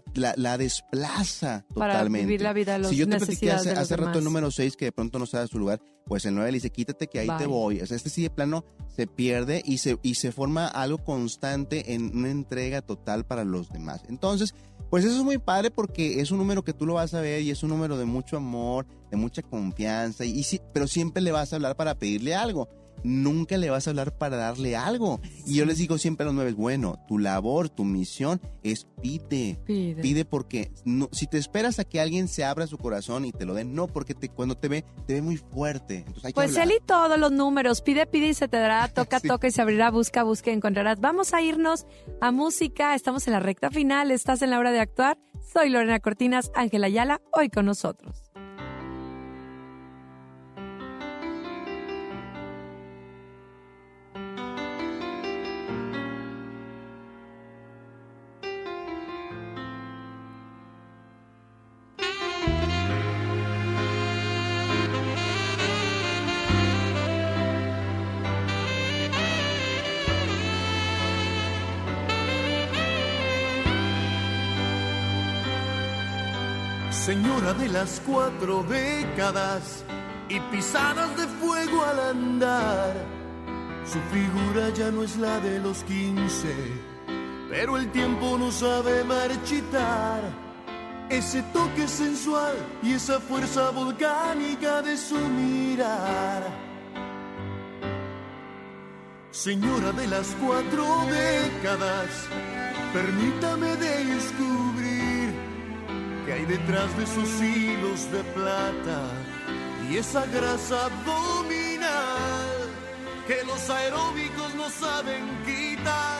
desplaza para totalmente. Vivir la vida de los Si yo te platiqué hace rato demás. el número 6, que de pronto no sabe su lugar, pues el 9 le dice, quítate que ahí te voy. O sea, sí de plano se pierde y se forma algo constante en una entrega total para los demás. Entonces, pues eso es muy padre porque es un número que tú lo vas a ver y es un número de mucho amor, de mucha confianza, pero siempre le vas a hablar para pedirle algo. Nunca le vas a hablar para darle algo. Y yo les digo siempre a los 9, bueno, tu labor, tu misión es pide porque no, si te esperas a que alguien se abra su corazón y te lo dé, no, porque cuando te ve muy fuerte. Entonces hay que pues él y todos los números, pide y se te dará, toca y se abrirá, busca y encontrarás. Vamos a irnos a música, estamos en la recta final, estás en la hora de actuar. Soy Lorena Cortinas, Ángela Ayala, hoy con nosotros. Señora de las 4 décadas y pisadas de fuego al andar, su figura ya no es la de los 15, pero el tiempo no sabe marchitar ese toque sensual y esa fuerza volcánica de su mirar. Señora de las 4 décadas, permítame descubrir que hay detrás de esos hilos de plata y esa grasa abdominal que los aeróbicos no saben quitar.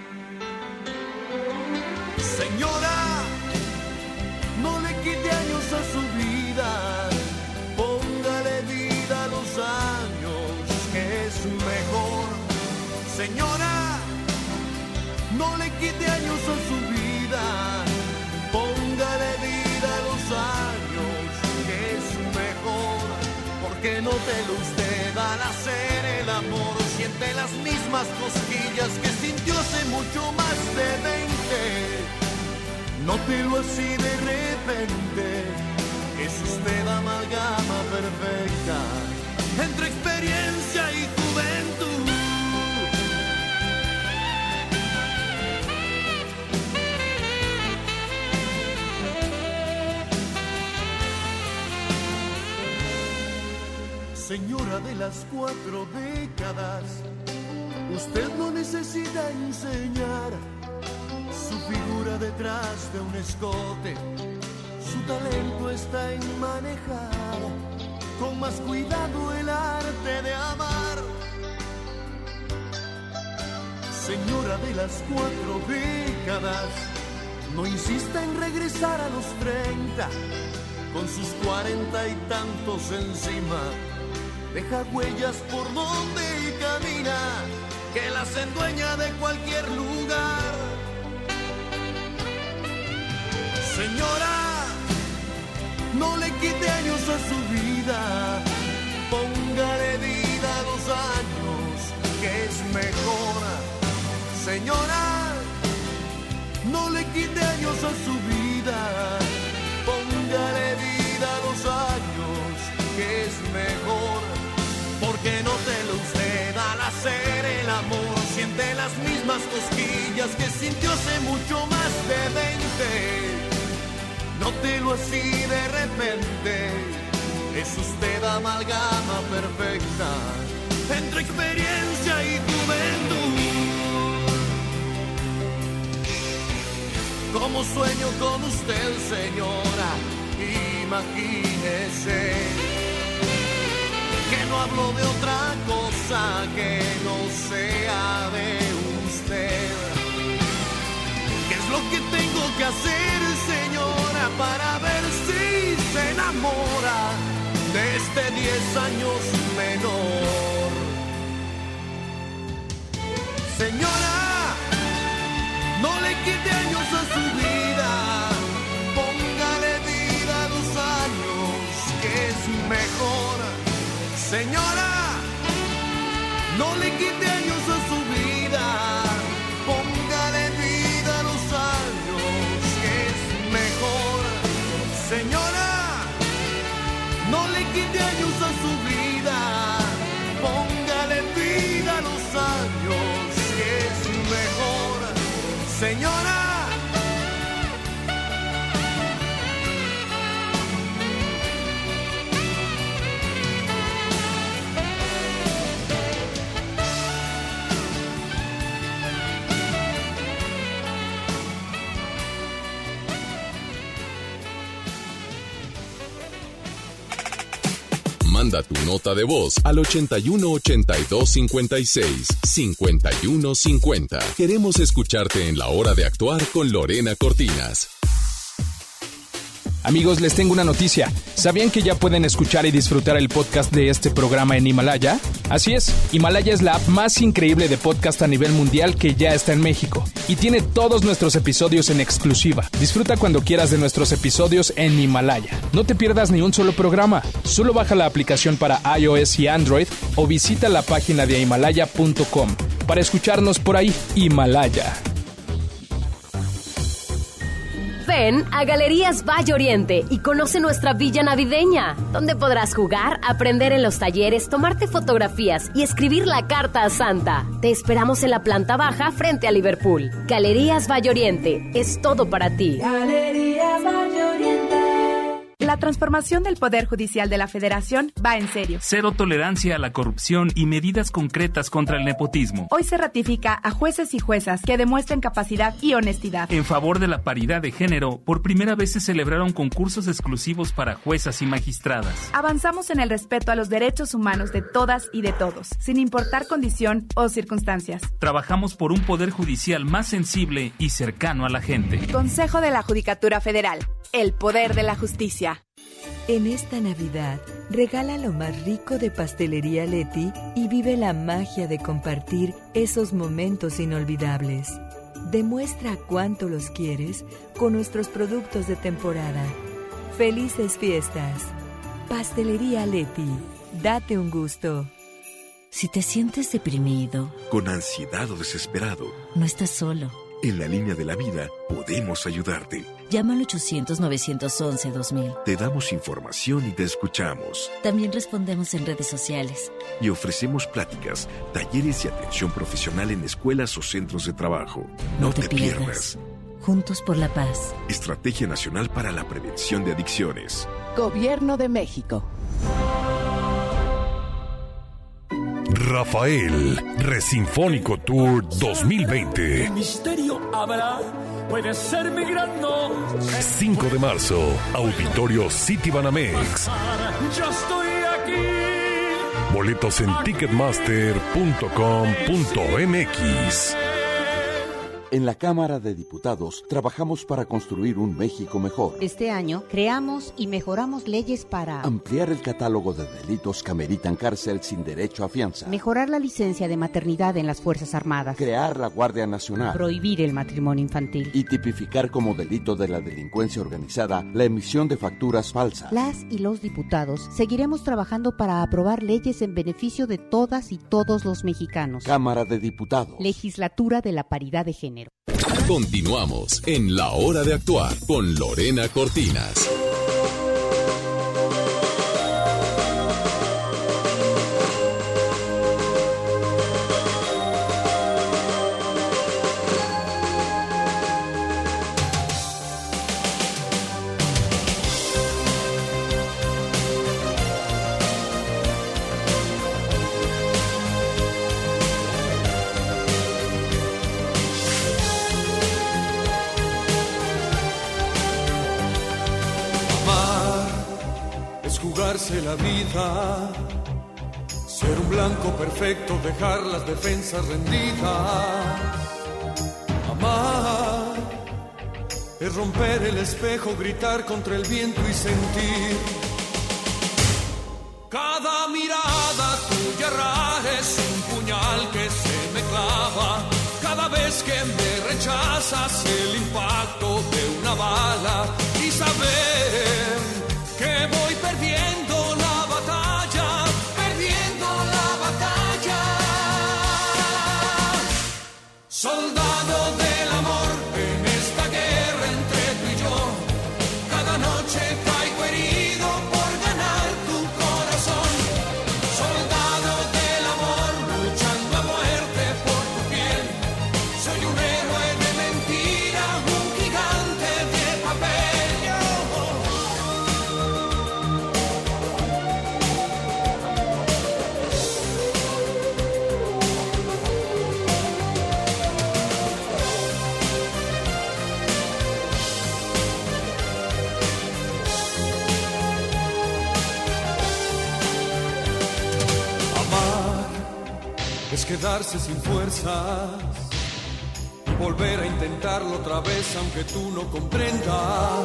Señora, no le quite años a su vida, póngale vida a los años, que es mejor. Señora, no le quite años a su vida, póngale vida a los años, que es mejor, porque no te lo usted al hacer el amor, siente las mismas cosquillas que sintió hace mucho más de 20. Nótelo así de repente, es usted amalgama perfecta entre experiencia y juventud. Señora de las 4 décadas, usted no necesita enseñar su figura detrás de un escote. Su talento está en manejar con más cuidado el arte de amar. Señora de las 4 décadas, no insista en regresar a los 30. con sus 40 y tantos encima, deja huellas por donde camina, que las endueña de cualquier lugar. Señora, no le quite años a su vida, póngale vida a 2 años, que es mejor. Señora, no le quite años a su vida, póngale vida a 2 años, que es mejor. Porque nótelo usted, al hacer el amor siente las mismas cosquillas que sintió hace mucho más de 20. Nótelo así de repente, es usted amalgama perfecta entre experiencia y juventud. Como sueño con usted, señora, imagínese que no hablo de otra cosa que no sea de usted. ¿Qué es lo que tengo que hacer, señora, para ver si se enamora de este 10 años menor? Señora, no le quite años a su vida, póngale vida a 2 años, que es mejor. Señora, no le quite años a su vida, póngale vida a 2 años, que es mejor. Señora, no le quite años a su vida, póngale vida a 2 años, que es mejor. Señora, Manda tu nota de voz al 81 82 56 51 50. Queremos escucharte en La Hora de Actuar con Lorena Cortinas. Amigos, les tengo una noticia. ¿Sabían que ya pueden escuchar y disfrutar el podcast de este programa en Himalaya? Así es, Himalaya es la app más increíble de podcast a nivel mundial que ya está en México y tiene todos nuestros episodios en exclusiva. Disfruta cuando quieras de nuestros episodios en Himalaya. No te pierdas ni un solo programa. Solo baja la aplicación para iOS y Android o visita la página de himalaya.com para escucharnos por ahí. Himalaya. Ven a Galerías Valle Oriente y conoce nuestra villa navideña, donde podrás jugar, aprender en los talleres, tomarte fotografías y escribir la carta a Santa. Te esperamos en la planta baja frente a Liverpool. Galerías Valle Oriente, es todo para ti. Galerías Valle Oriente. La transformación del Poder Judicial de la Federación va en serio. Cero tolerancia a la corrupción y medidas concretas contra el nepotismo. Hoy se ratifica a jueces y juezas que demuestren capacidad y honestidad. En favor de la paridad de género, por primera vez se celebraron concursos exclusivos para juezas y magistradas. Avanzamos en el respeto a los derechos humanos de todas y de todos, sin importar condición o circunstancias. Trabajamos por un Poder Judicial más sensible y cercano a la gente. Consejo de la Judicatura Federal. El poder de la justicia. En esta Navidad, regala lo más rico de Pastelería Leti y vive la magia de compartir esos momentos inolvidables. Demuestra cuánto los quieres con nuestros productos de temporada. ¡Felices fiestas! Pastelería Leti. Date un gusto. Si te sientes deprimido, con ansiedad o desesperado, no estás solo. En la línea de la vida podemos ayudarte. Llama al 800-911-2000. Te damos información y te escuchamos. También respondemos en redes sociales. Y ofrecemos pláticas, talleres y atención profesional en escuelas o centros de trabajo. No te pierdas. Juntos por la paz. Estrategia Nacional para la Prevención de Adicciones. Gobierno de México. Rafael, Resinfónico Tour 2020. ¿Qué misterio habrá? Puede ser mi gran no. 5 de marzo, Auditorio City Banamex. Yo estoy aquí. Boletos en ticketmaster.com.mx. En la Cámara de Diputados trabajamos para construir un México mejor. Este año creamos y mejoramos leyes para ampliar el catálogo de delitos que ameritan cárcel sin derecho a fianza, mejorar la licencia de maternidad en las Fuerzas Armadas, crear la Guardia Nacional, prohibir el matrimonio infantil y tipificar como delito de la delincuencia organizada la emisión de facturas falsas. Las y los diputados seguiremos trabajando para aprobar leyes en beneficio de todas y todos los mexicanos. Cámara de Diputados. Legislatura de la Paridad de Género. Continuamos en La Hora de Actuar con Lorena Cortinas. La vida, ser un blanco perfecto, dejar las defensas rendidas. Amar es romper el espejo, gritar contra el viento y sentir. Cada mirada tuya rara es un puñal que se me clava. Cada vez que me rechazas el impacto de una bala y saber que voy perdiendo la batalla, perdiendo la batalla. Soldado del amor en esta guerra entre tú y yo, cada noche caigo herido por ganar tu corazón. Soldado del amor luchando a muerte por tu piel, soy un héroe de mentira, un gigante de papel. Es quedarse sin fuerzas y volver a intentarlo otra vez aunque tú no comprendas.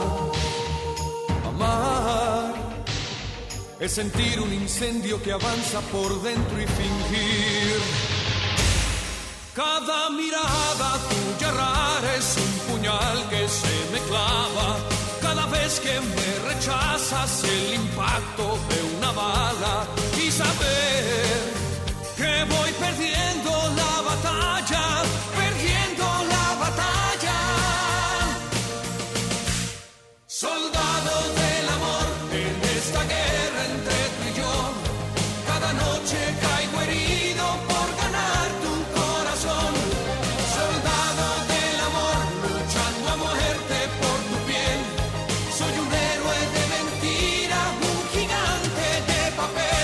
Amar es sentir un incendio que avanza por dentro y fingir. Cada mirada tuya rara es un puñal que se me clava. Cada vez que me rechazas el impacto de una bala y saber que voy perdiendo la batalla, perdiendo la batalla. Soldado del amor en esta guerra entre tú y yo, cada noche caigo herido por ganar tu corazón. Soldado del amor luchando a muerte por tu piel, soy un héroe de mentira, un gigante de papel.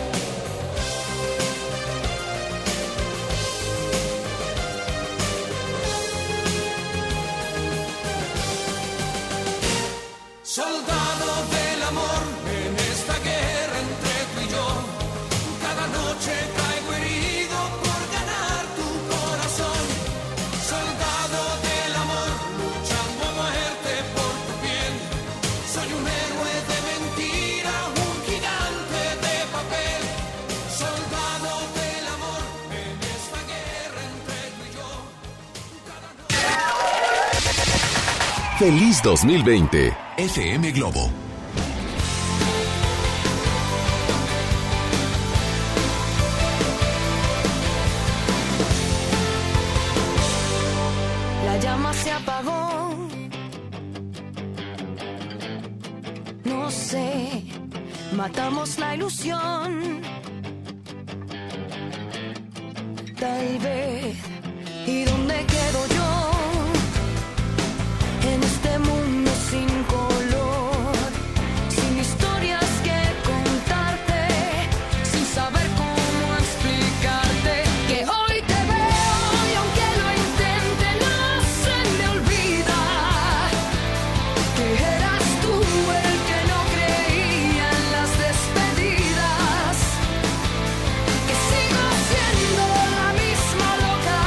Soldado del amor en esta guerra entre tú y yo, cada noche caigo herido por ganar tu corazón. Soldado del amor luchando a muerte por tu piel, soy un héroe de mentira, un gigante de papel. Soldado del amor en esta guerra entre tú y yo, cada noche. ¡Feliz 2020! FM Globo. La llama se apagó. No sé, matamos la ilusión. Tal vez. ¿Y dónde quedo yo? En este mundo sin color, sin historias que contarte, sin saber cómo explicarte que hoy te veo y aunque lo intente no se me olvida que eras tú el que no creía en las despedidas, que sigo siendo la misma loca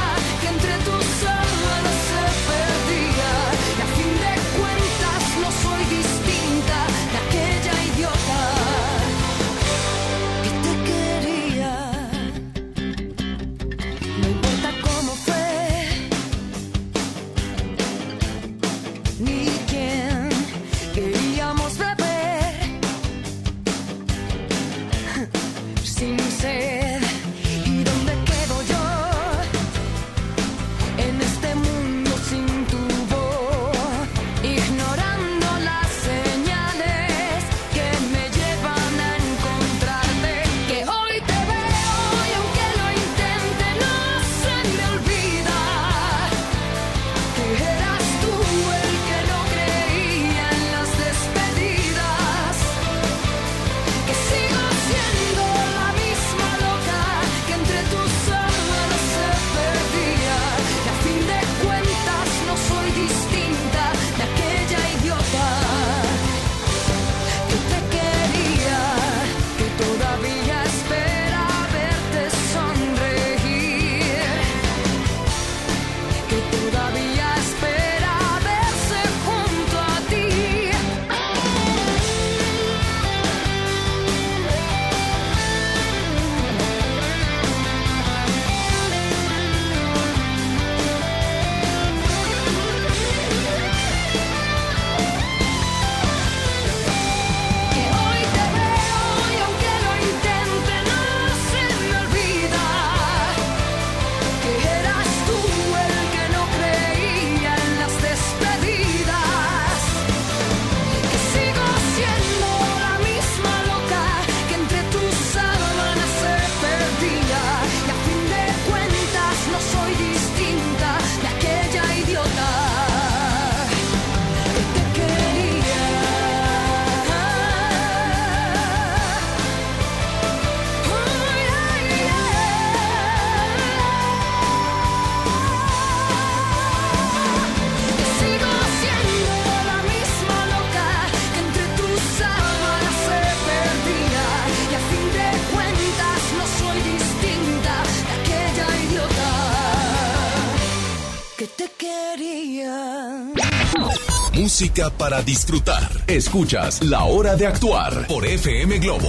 música para disfrutar. Escuchas La Hora de Actuar por FM Globo.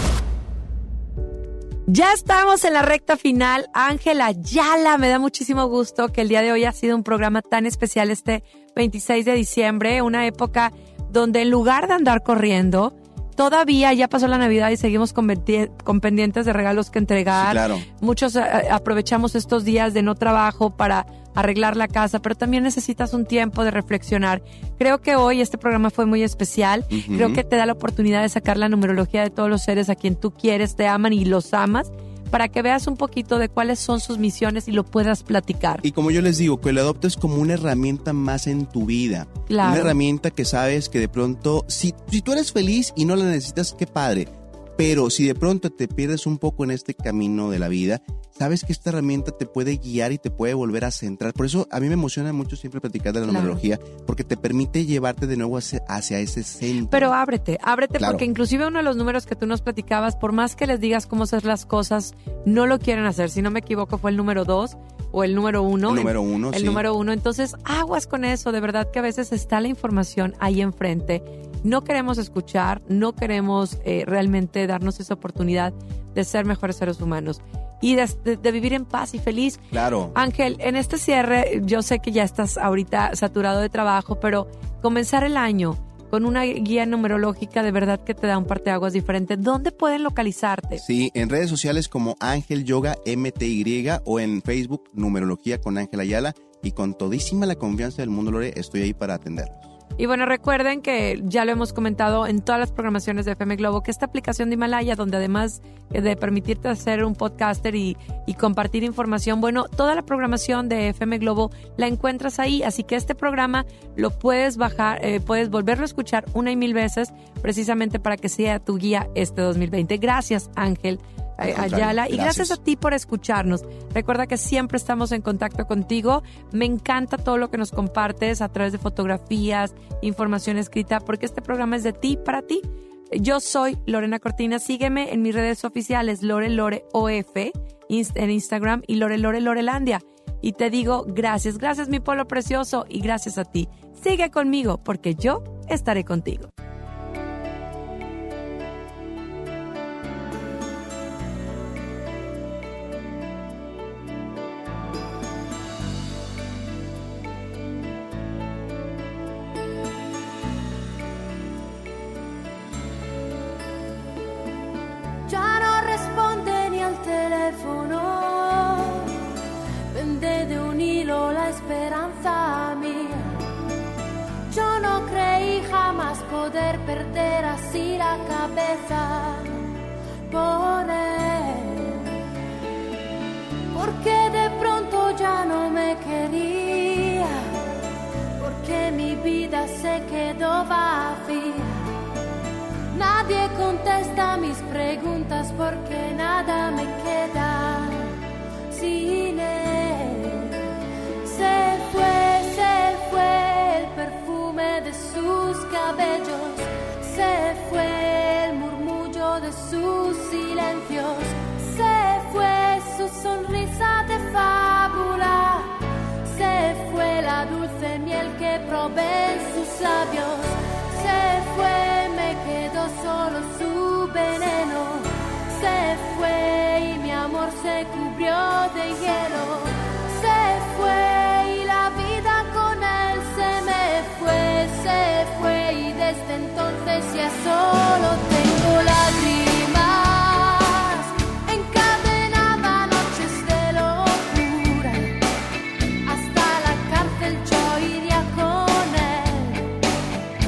Ya estamos en la recta final. Ángela Ayala, me da muchísimo gusto que el día de hoy ha sido un programa tan especial este 26 de diciembre, una época donde en lugar de andar corriendo, todavía ya pasó la Navidad y seguimos con pendientes de regalos que entregar. Sí, claro. Muchos aprovechamos estos días de no trabajo para arreglar la casa, pero también necesitas un tiempo de reflexionar. Creo que hoy este programa fue muy especial. Creo que te da la oportunidad de sacar la numerología de todos los seres a quien tú quieres, te aman y los amas, para que veas un poquito de cuáles son sus misiones y lo puedas platicar. Y como yo les digo, que lo adoptes como una herramienta más en tu vida. Claro. Una herramienta que sabes que de pronto, si tú eres feliz y no la necesitas, qué padre. Pero si de pronto te pierdes un poco en este camino de la vida, sabes que esta herramienta te puede guiar y te puede volver a centrar. Por eso a mí me emociona mucho siempre platicar de la numerología, porque te permite llevarte de nuevo hacia ese centro. Pero ábrete, claro. Porque inclusive uno de los números que tú nos platicabas, por más que les digas cómo hacer las cosas, no lo quieren hacer. Si no me equivoco, fue el número 2 o el número 1. El número 1, sí. El número 1. Entonces, aguas con eso. De verdad que a veces está la información ahí enfrente. No queremos escuchar, no queremos realmente darnos esa oportunidad de ser mejores seres humanos y de vivir en paz y feliz. Claro. Ángel, en este cierre, yo sé que ya estás ahorita saturado de trabajo, pero comenzar el año con una guía numerológica de verdad que te da un parteaguas diferente. ¿Dónde pueden localizarte? Sí, en redes sociales como Ángel Yoga MTY o en Facebook Numerología con Ángel Ayala, y con todísima la confianza del mundo, Lore, estoy ahí para atenderlos. Y bueno, recuerden que ya lo hemos comentado en todas las programaciones de FM Globo, que esta aplicación de Himalaya, donde además de permitirte hacer un podcaster y compartir información, bueno, toda la programación de FM Globo la encuentras ahí, así que este programa lo puedes bajar, puedes volverlo a escuchar 1 y 1000 veces, precisamente para que sea tu guía este 2020. Gracias, Ángel Ayala, y gracias a ti por escucharnos. Recuerda que siempre estamos en contacto contigo. Me encanta todo lo que nos compartes a través de fotografías, información escrita, porque este programa es de ti, para ti. Yo soy Lorena Cortina. Sígueme en mis redes oficiales, LoreLoreOF en Instagram y Lorelandia. Y te digo gracias mi pueblo precioso, y gracias a ti. Sigue conmigo, porque yo estaré contigo. Ya no responde ni al teléfono, pende de un hilo la esperanza mía. Yo no creí jamás poder perder así la cabeza por él, porque de pronto ya no me quería, porque mi vida se quedó vacía. Nadie contesta mis preguntas porque nada me queda sin él. Se fue el perfume de sus cabellos, se fue el murmullo de sus silencios, se fue su sonrisa de fábula, se fue la dulce miel que probé en sus labios, se fue, me quedó solo su veneno, se fue y mi amor se cubrió de hielo, se fue y la vida con él se fue y desde entonces ya solo tengo lágrimas. Encadenaba noches de locura, hasta la cárcel yo iría con él.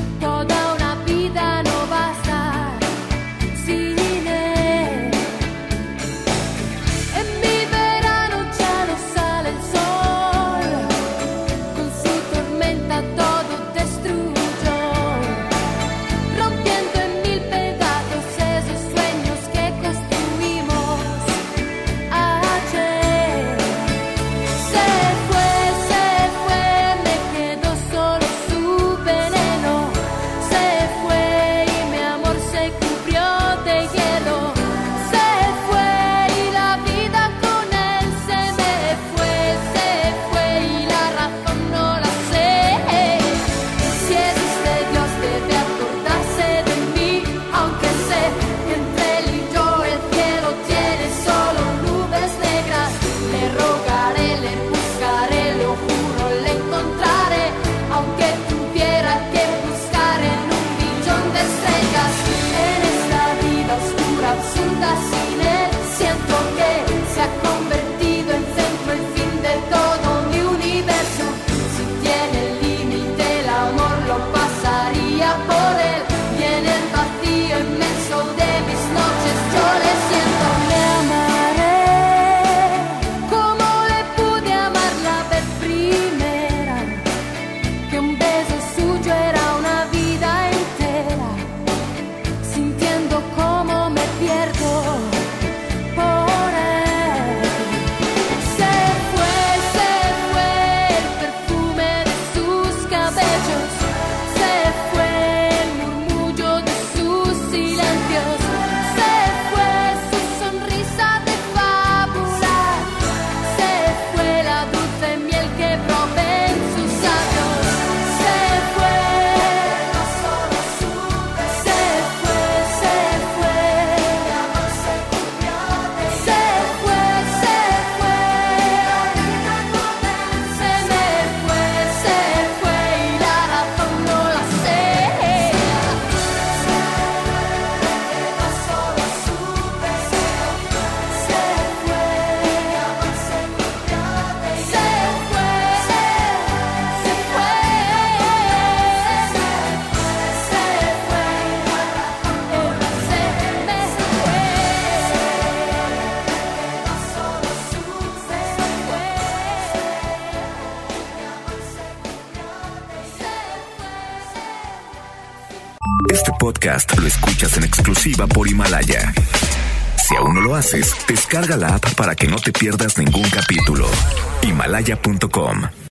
Este podcast lo escuchas en exclusiva por Himalaya. Si aún no lo haces, descarga la app para que no te pierdas ningún capítulo. Himalaya.com